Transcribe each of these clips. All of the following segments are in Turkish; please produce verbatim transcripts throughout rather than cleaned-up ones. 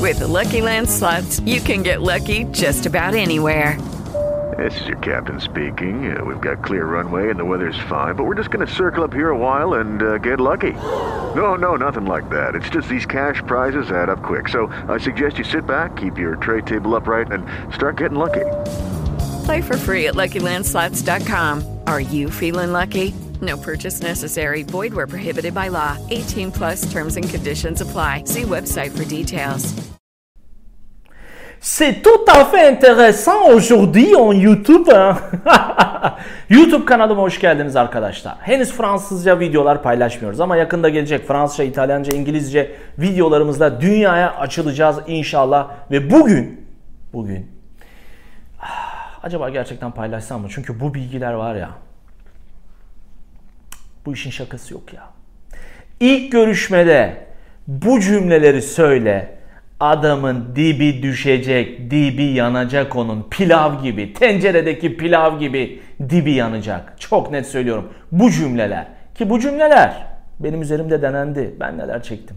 With the Lucky Land Slots, you can get lucky just about anywhere. This is your captain speaking. Uh, we've got clear runway and the weather's fine, but we're just going to circle up here a while and uh, get lucky. No, no, nothing like that. It's just these cash prizes add up quick. So I suggest you sit back, keep your tray table upright, and start getting lucky. Play for free at Lucky Land Slots dot com. Are you feeling lucky? No purchase necessary. Void where prohibited by law. eighteen plus terms and conditions apply. See website for details. C'est tout à fait intéressant aujourd'hui on YouTube. YouTube kanalıma hoş geldiniz arkadaşlar. Henüz Fransızca videolar paylaşmıyoruz ama yakında gelecek Fransızca, İtalyanca, İngilizce videolarımızla dünyaya açılacağız inşallah. Ve bugün, bugün acaba gerçekten paylaşsam mı? Çünkü bu bilgiler var ya, bu işin şakası yok ya. İlk görüşmede bu cümleleri söyle. Adamın dibi düşecek, dibi yanacak onun. Pilav gibi, tenceredeki pilav gibi dibi yanacak. Çok net söylüyorum. Bu cümleler, ki bu cümleler benim üzerimde denendi. Ben neler çektim.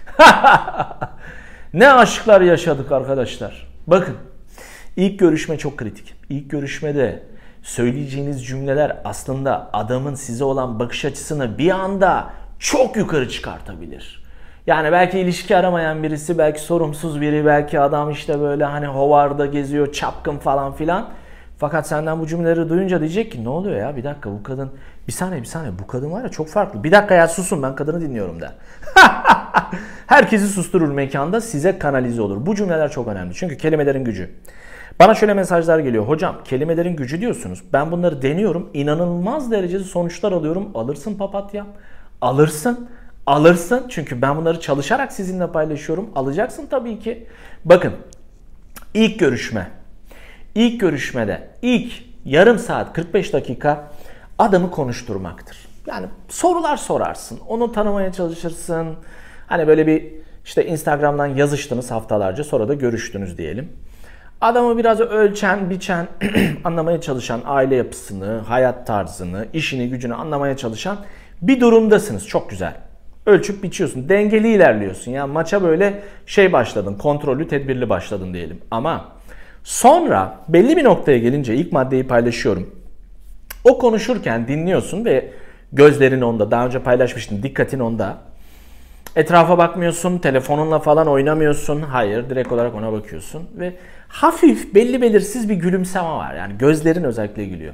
Ne aşklar yaşadık arkadaşlar. Bakın, ilk görüşme çok kritik. İlk görüşmede söyleyeceğiniz cümleler aslında adamın size olan bakış açısını bir anda çok yukarı çıkartabilir. Yani belki ilişki aramayan birisi, belki sorumsuz biri, belki adam işte böyle hani hovarda geziyor, çapkın falan filan. Fakat senden bu cümleleri duyunca diyecek ki ne oluyor ya, bir dakika bu kadın, bir saniye bir saniye bu kadın var ya çok farklı. Bir dakika ya susun, ben kadını dinliyorum der. Herkesi susturur mekanda, size kanalize olur. Bu cümleler çok önemli çünkü kelimelerin gücü. Bana şöyle mesajlar geliyor. Hocam kelimelerin gücü diyorsunuz. Ben bunları deniyorum. İnanılmaz derecede sonuçlar alıyorum. Alırsın papatya. Alırsın. Alırsın. Çünkü ben bunları çalışarak sizinle paylaşıyorum. Alacaksın tabii ki. Bakın. İlk görüşme. İlk görüşmede ilk yarım saat kırk beş dakika adamı konuşturmaktır. Yani sorular sorarsın. Onu tanımaya çalışırsın. Hani böyle bir işte Instagram'dan yazıştınız haftalarca, sonra da görüştünüz diyelim. Adamı biraz ölçen, biçen, anlamaya çalışan, aile yapısını, hayat tarzını, işini, gücünü anlamaya çalışan bir durumdasınız. Çok güzel. Ölçüp biçiyorsun. Dengeli ilerliyorsun. Yani maça böyle şey başladın, kontrollü, tedbirli başladın diyelim. Ama sonra belli bir noktaya gelince ilk maddeyi paylaşıyorum. O konuşurken dinliyorsun ve gözlerin onda. Daha önce paylaşmıştım. Dikkatin onda. Etrafa bakmıyorsun, telefonunla falan oynamıyorsun. Hayır, direkt olarak ona bakıyorsun. Ve hafif, belli belirsiz bir gülümseme var. Yani gözlerin özellikle gülüyor.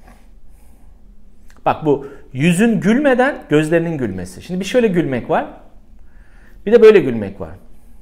Bak bu yüzün gülmeden gözlerinin gülmesi. Şimdi bir şöyle gülmek var. Bir de böyle gülmek var.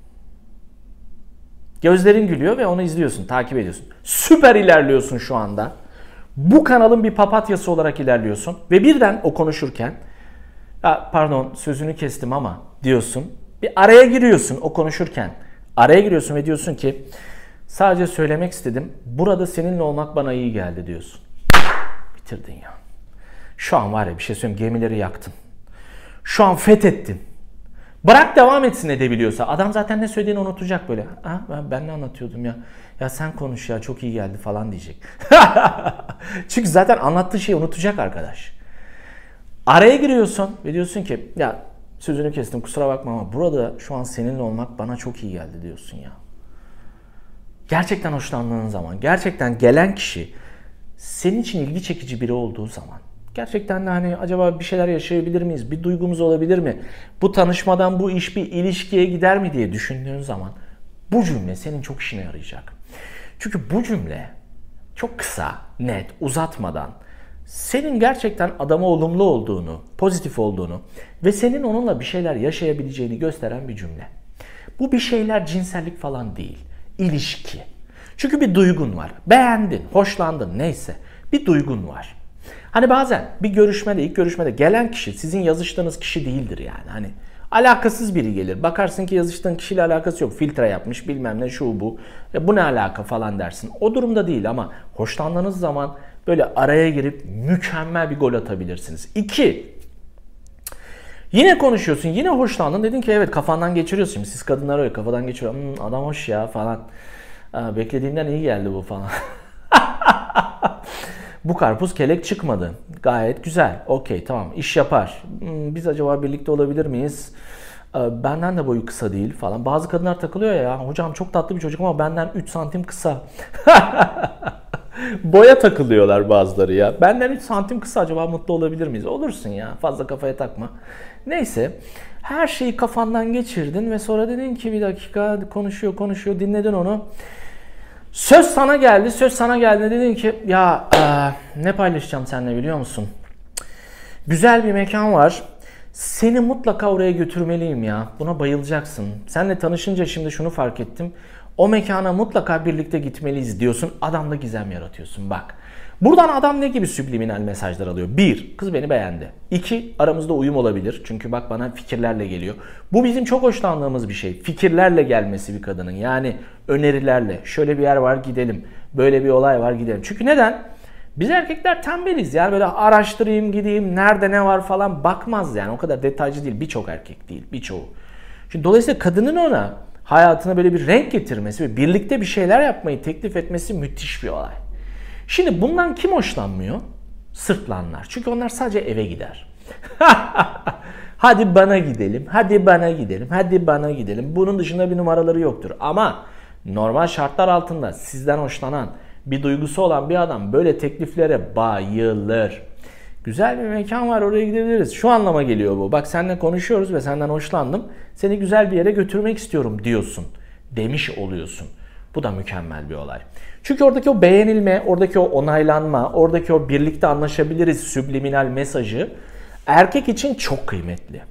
Gözlerin gülüyor ve onu izliyorsun, takip ediyorsun. Süper ilerliyorsun şu anda. Bu kanalın bir papatyası olarak ilerliyorsun. Ve birden o konuşurken, ya pardon sözünü kestim ama diyorsun. Bir araya giriyorsun o konuşurken. Araya giriyorsun ve diyorsun ki sadece söylemek istedim. Burada seninle olmak bana iyi geldi diyorsun. Bitirdin ya. Şu an var ya bir şey söyleyeyim, gemileri yaktın. Şu an fethettin. Bırak devam etsin edebiliyorsa. Adam zaten ne söylediğini unutacak böyle. Ha, ben, ben ne anlatıyordum ya? Ya sen konuş ya, çok iyi geldi falan diyecek. Çünkü zaten anlattığı şeyi unutacak arkadaş. Araya giriyorsun ve diyorsun ki ya sözünü kestim kusura bakma ama burada şu an seninle olmak bana çok iyi geldi diyorsun ya. Gerçekten hoşlandığın zaman, gerçekten gelen kişi senin için ilgi çekici biri olduğu zaman, gerçekten de hani acaba bir şeyler yaşayabilir miyiz, bir duygumuz olabilir mi, bu tanışmadan bu iş bir ilişkiye gider mi diye düşündüğün zaman bu cümle senin çok işine yarayacak. Çünkü bu cümle çok kısa, net, uzatmadan senin gerçekten adama olumlu olduğunu, pozitif olduğunu ve senin onunla bir şeyler yaşayabileceğini gösteren bir cümle. Bu bir şeyler cinsellik falan değil. İlişki. Çünkü bir duygun var. Beğendin, hoşlandın neyse. Bir duygun var. Hani bazen bir görüşmede, ilk görüşmede gelen kişi sizin yazıştığınız kişi değildir yani. Hani alakasız biri gelir. Bakarsın ki yazıştığın kişiyle alakası yok. Filtre yapmış bilmem ne şu bu. E bu ne alaka falan dersin. O durumda değil ama hoşlandığınız zaman böyle araya girip mükemmel bir gol atabilirsiniz. İki, yine konuşuyorsun, yine hoşlandın. Dedin ki evet kafandan geçiriyorsun. Şimdi siz kadınlar öyle kafadan geçiriyor. Hmm, adam hoş ya falan. Aa, beklediğimden iyi geldi bu falan. Bu karpuz kelek çıkmadı. Gayet güzel. Okey tamam iş yapar. Hmm, biz acaba birlikte olabilir miyiz? Benden de boyu kısa değil falan. Bazı kadınlar takılıyor ya, hocam çok tatlı bir çocuk ama benden üç santim kısa. Boya takılıyorlar bazıları ya. Benden üç santim kısa, acaba mutlu olabilir miyiz? Olursun ya, fazla kafaya takma. Neyse, her şeyi kafandan geçirdin ve sonra dedin ki bir dakika, konuşuyor konuşuyor, dinledin onu. Söz sana geldi, söz sana geldi, dedin ki ya e, ne paylaşacağım seninle biliyor musun? Güzel bir mekan var. Seni mutlaka oraya götürmeliyim ya. Buna bayılacaksın. Seninle tanışınca şimdi şunu fark ettim. O mekana mutlaka birlikte gitmeliyiz diyorsun. Adamda gizem yaratıyorsun bak. Buradan adam ne gibi subliminal mesajlar alıyor? Bir, kız beni beğendi. İki, aramızda uyum olabilir. Çünkü bak bana fikirlerle geliyor. Bu bizim çok hoşlandığımız bir şey. Fikirlerle gelmesi bir kadının. Yani önerilerle. Şöyle bir yer var gidelim. Böyle bir olay var gidelim. Çünkü neden? Biz erkekler tembeliz. Yani böyle araştırayım gideyim nerede ne var falan bakmaz yani. O kadar detaycı değil. Birçok erkek değil. Birçoğu. Şimdi dolayısıyla kadının ona hayatına böyle bir renk getirmesi ve birlikte bir şeyler yapmayı teklif etmesi müthiş bir olay. Şimdi bundan kim hoşlanmıyor? Sırtlanlar. Çünkü onlar sadece eve gider. Hadi bana gidelim, hadi bana gidelim, hadi bana gidelim. Bunun dışında bir numaraları yoktur. Ama normal şartlar altında sizden hoşlanan, bir duygusu olan bir adam böyle tekliflere bayılır. Güzel bir mekan var, oraya gidebiliriz. Şu anlama geliyor bu. Bak seninle konuşuyoruz ve senden hoşlandım. Seni güzel bir yere götürmek istiyorum diyorsun. Demiş oluyorsun. Bu da mükemmel bir olay. Çünkü oradaki o beğenilme, oradaki o onaylanma, oradaki o birlikte anlaşabiliriz subliminal mesajı erkek için çok kıymetli.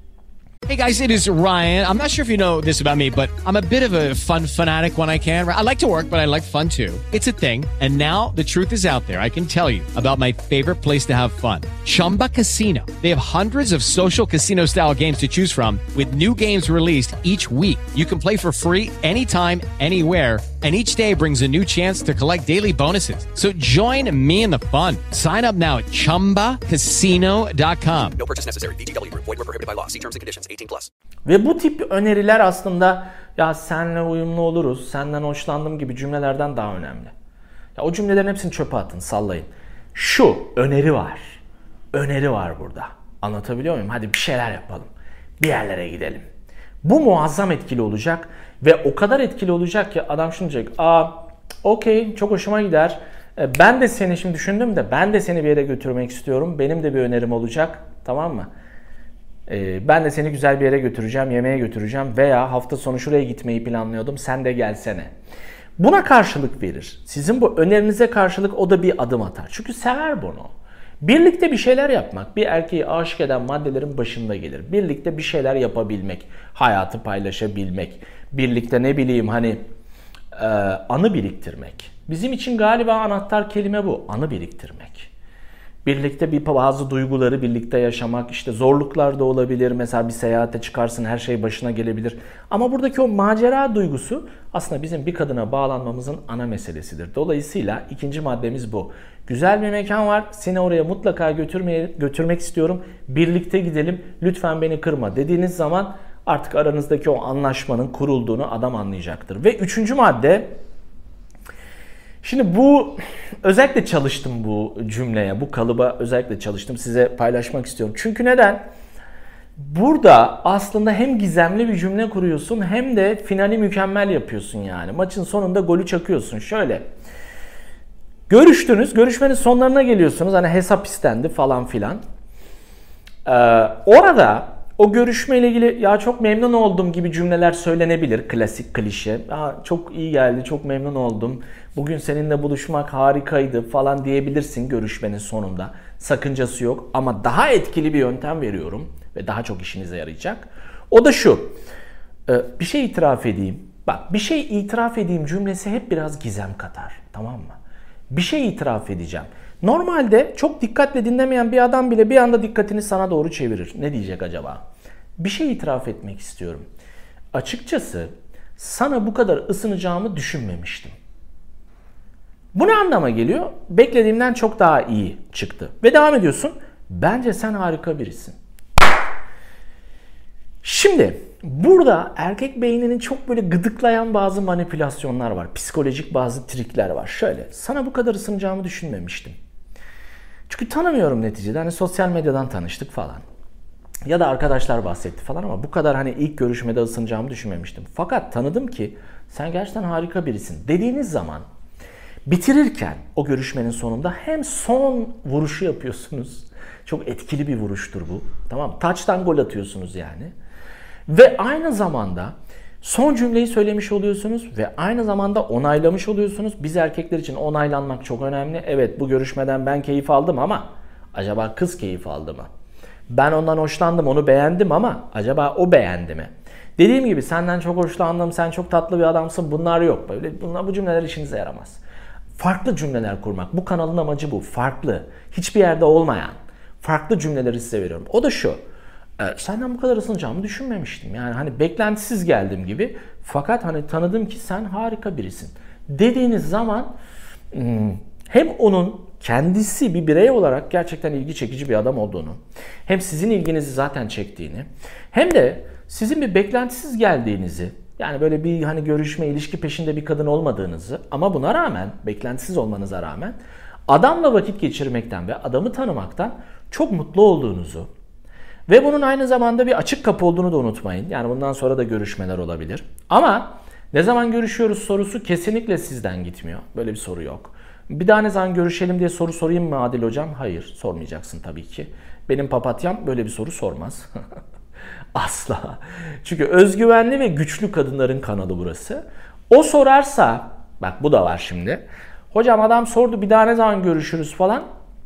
Hey guys, it is Ryan. I'm not sure if you know this about me, but I'm a bit of a fun fanatic when I can. I like to work, but I like fun too. It's a thing. And now the truth is out there. I can tell you about my favorite place to have fun. Chumba Casino. They have hundreds of social casino style games to choose from with new games released each week. You can play for free anytime, anywhere. And each day brings a new chance to collect daily bonuses. So join me in the fun. Sign up now at chumba casino dot com. No purchase necessary. V G W Group. Void where prohibited by law. See terms and conditions. eighteen plus. Ve bu tip öneriler aslında ya senle uyumlu oluruz, senden hoşlandım gibi cümlelerden daha önemli. Ya o cümlelerin hepsini çöpe atın, sallayın. Şu öneri var. Öneri var burada. Anlatabiliyor muyum? Hadi bir şeyler yapalım. Bir yerlere gidelim. Bu muazzam etkili olacak ve o kadar etkili olacak ki adam şunu diyecek. Aa, okey, çok hoşuma gider. Ben de seni şimdi düşündüm de ben de seni bir yere götürmek istiyorum. Benim de bir önerim olacak. Tamam mı? Ben de seni güzel bir yere götüreceğim, yemeğe götüreceğim veya hafta sonu şuraya gitmeyi planlıyordum, sen de gelsene. Buna karşılık verir. Sizin bu önerinize karşılık o da bir adım atar. Çünkü sever bunu. Birlikte bir şeyler yapmak, bir erkeği aşık eden maddelerin başında gelir. Birlikte bir şeyler yapabilmek, hayatı paylaşabilmek, birlikte ne bileyim hani e, anı biriktirmek. Bizim için galiba anahtar kelime bu, anı biriktirmek. Birlikte bir bazı duyguları birlikte yaşamak, işte zorluklar da olabilir. Mesela bir seyahate çıkarsın, her şey başına gelebilir. Ama buradaki o macera duygusu aslında bizim bir kadına bağlanmamızın ana meselesidir. Dolayısıyla ikinci maddemiz bu. Güzel bir mekan var, seni oraya mutlaka götürmeye, götürmek istiyorum. Birlikte gidelim, lütfen beni kırma dediğiniz zaman artık aranızdaki o anlaşmanın kurulduğunu adam anlayacaktır. Ve üçüncü madde... Şimdi bu, özellikle çalıştım bu cümleye, bu kalıba özellikle çalıştım. Size paylaşmak istiyorum. Çünkü neden? Burada aslında hem gizemli bir cümle kuruyorsun hem de finali mükemmel yapıyorsun yani. Maçın sonunda golü çakıyorsun. Şöyle, görüştünüz, görüşmenin sonlarına geliyorsunuz. Hani hesap istendi falan filan. Ee, orada o görüşmeyle ilgili ya çok memnun oldum gibi cümleler söylenebilir. Klasik klişe. Ya çok iyi geldi, çok memnun oldum. Bugün seninle buluşmak harikaydı falan diyebilirsin görüşmenin sonunda. Sakıncası yok ama daha etkili bir yöntem veriyorum ve daha çok işinize yarayacak. O da şu. Bir şey itiraf edeyim. Bak, bir şey itiraf edeyim cümlesi hep biraz gizem katar. Tamam mı? Bir şey itiraf edeceğim. Normalde çok dikkatle dinlemeyen bir adam bile bir anda dikkatini sana doğru çevirir. Ne diyecek acaba? Bir şey itiraf etmek istiyorum. Açıkçası sana bu kadar ısınacağımı düşünmemiştim. Bu ne anlama geliyor? Beklediğimden çok daha iyi çıktı. Ve devam ediyorsun. Bence sen harika birisin. Şimdi burada erkek beyninin çok böyle gıdıklayan bazı manipülasyonlar var. Psikolojik bazı trikler var. Şöyle, sana bu kadar ısınacağımı düşünmemiştim. Çünkü tanımıyorum neticede. Hani sosyal medyadan tanıştık falan. Ya da arkadaşlar bahsetti falan ama bu kadar hani ilk görüşmede ısınacağımı düşünmemiştim. Fakat tanıdım ki sen gerçekten harika birisin dediğiniz zaman bitirirken o görüşmenin sonunda hem son vuruşu yapıyorsunuz. Çok etkili bir vuruştur bu. Tamam, taçtan gol atıyorsunuz yani. Ve aynı zamanda son cümleyi söylemiş oluyorsunuz ve aynı zamanda onaylamış oluyorsunuz. Biz erkekler için onaylanmak çok önemli. Evet, bu görüşmeden ben keyif aldım ama acaba kız keyif aldı mı? Ben ondan hoşlandım, onu beğendim ama acaba o beğendi mi? Dediğim gibi senden çok hoşlandım, sen çok tatlı bir adamsın. Bunlar yok. Böyle bunlar, bu cümleler işinize yaramaz. Farklı cümleler kurmak. Bu kanalın amacı bu. Farklı. Hiçbir yerde olmayan. Farklı cümleleri size veriyorum. O da şu. E, senden bu kadar ısınacağımı düşünmemiştim. Yani hani beklentisiz geldim gibi. Fakat hani tanıdım ki sen harika birisin. Dediğiniz zaman hem onun kendisi bir birey olarak gerçekten ilgi çekici bir adam olduğunu, hem sizin ilginizi zaten çektiğini, hem de sizin bir beklentisiz geldiğinizi, yani böyle bir hani görüşme, ilişki peşinde bir kadın olmadığınızı ama buna rağmen, beklentisiz olmanıza rağmen adamla vakit geçirmekten ve adamı tanımaktan çok mutlu olduğunuzu ve bunun aynı zamanda bir açık kapı olduğunu da unutmayın. Yani bundan sonra da görüşmeler olabilir. Ama ne zaman görüşüyoruz sorusu kesinlikle sizden gitmiyor. Böyle bir soru yok. Bir daha ne zaman görüşelim diye soru sorayım mı Adil Hocam? Hayır, sormayacaksın tabii ki. Benim papatyam böyle bir soru sormaz. Asla. Çünkü özgüvenli ve güçlü kadınların kanalı burası. O sorarsa, bak bu da var şimdi. Hocam adam sordu bir daha ne zaman görüşürüz falan.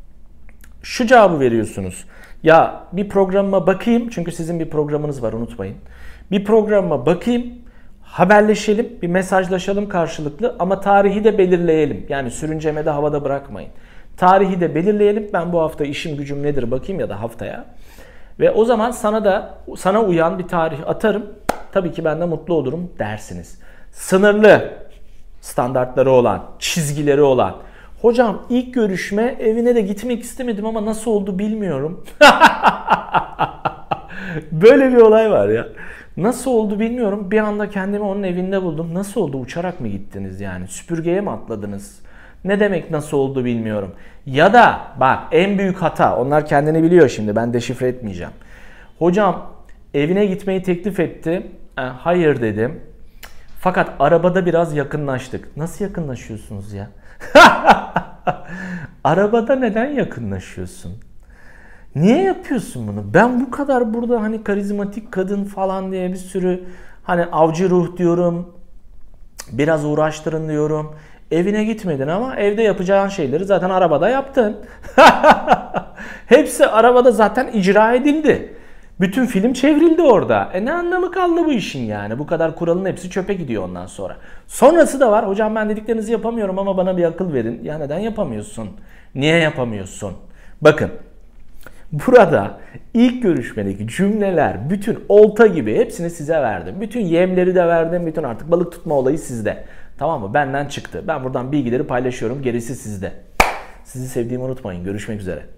Şu cevabı veriyorsunuz. Ya bir programıma bakayım, çünkü sizin bir programınız var unutmayın. Bir programıma bakayım, haberleşelim, bir mesajlaşalım karşılıklı ama tarihi de belirleyelim. Yani sürüncemede havada bırakmayın. Tarihi de belirleyelim. Ben bu hafta işim gücüm nedir bakayım ya da haftaya. Ve o zaman sana da sana uyan bir tarih atarım. Tabii ki ben de mutlu olurum dersiniz. Sınırlı standartları olan, çizgileri olan. Hocam ilk görüşme, evine de gitmek istemedim ama nasıl oldu bilmiyorum. Böyle bir olay var ya. Nasıl oldu bilmiyorum. Bir anda kendimi onun evinde buldum. Nasıl oldu? Uçarak mı gittiniz yani? Süpürgeye mi atladınız? Ne demek nasıl oldu bilmiyorum. Ya da bak en büyük hata. Onlar kendini biliyor şimdi. Ben deşifre etmeyeceğim. Hocam evine gitmeyi teklif etti. E, hayır dedim. Fakat arabada biraz yakınlaştık. Nasıl yakınlaşıyorsunuz ya? Arabada neden yakınlaşıyorsun? Niye yapıyorsun bunu? Ben bu kadar burada hani karizmatik kadın falan diye bir sürü hani avcı ruh diyorum. Biraz uğraştırın diyorum. Evine gitmedin ama evde yapacağın şeyleri zaten arabada yaptın. Hepsi arabada zaten icra edildi. Bütün film çevrildi orada. E ne anlamı kaldı bu işin yani? Bu kadar kuralın hepsi çöpe gidiyor ondan sonra. Sonrası da var. Hocam ben dediklerinizi yapamıyorum ama bana bir akıl verin. Ya neden yapamıyorsun? Niye yapamıyorsun? Bakın. Burada ilk görüşmedeki cümleler bütün olta gibi hepsini size verdim. Bütün yemleri de verdim. Bütün artık balık tutma olayı sizde. Tamam mı? Benden çıktı. Ben buradan bilgileri paylaşıyorum. Gerisi sizde. Sizi sevdiğimi unutmayın. Görüşmek üzere.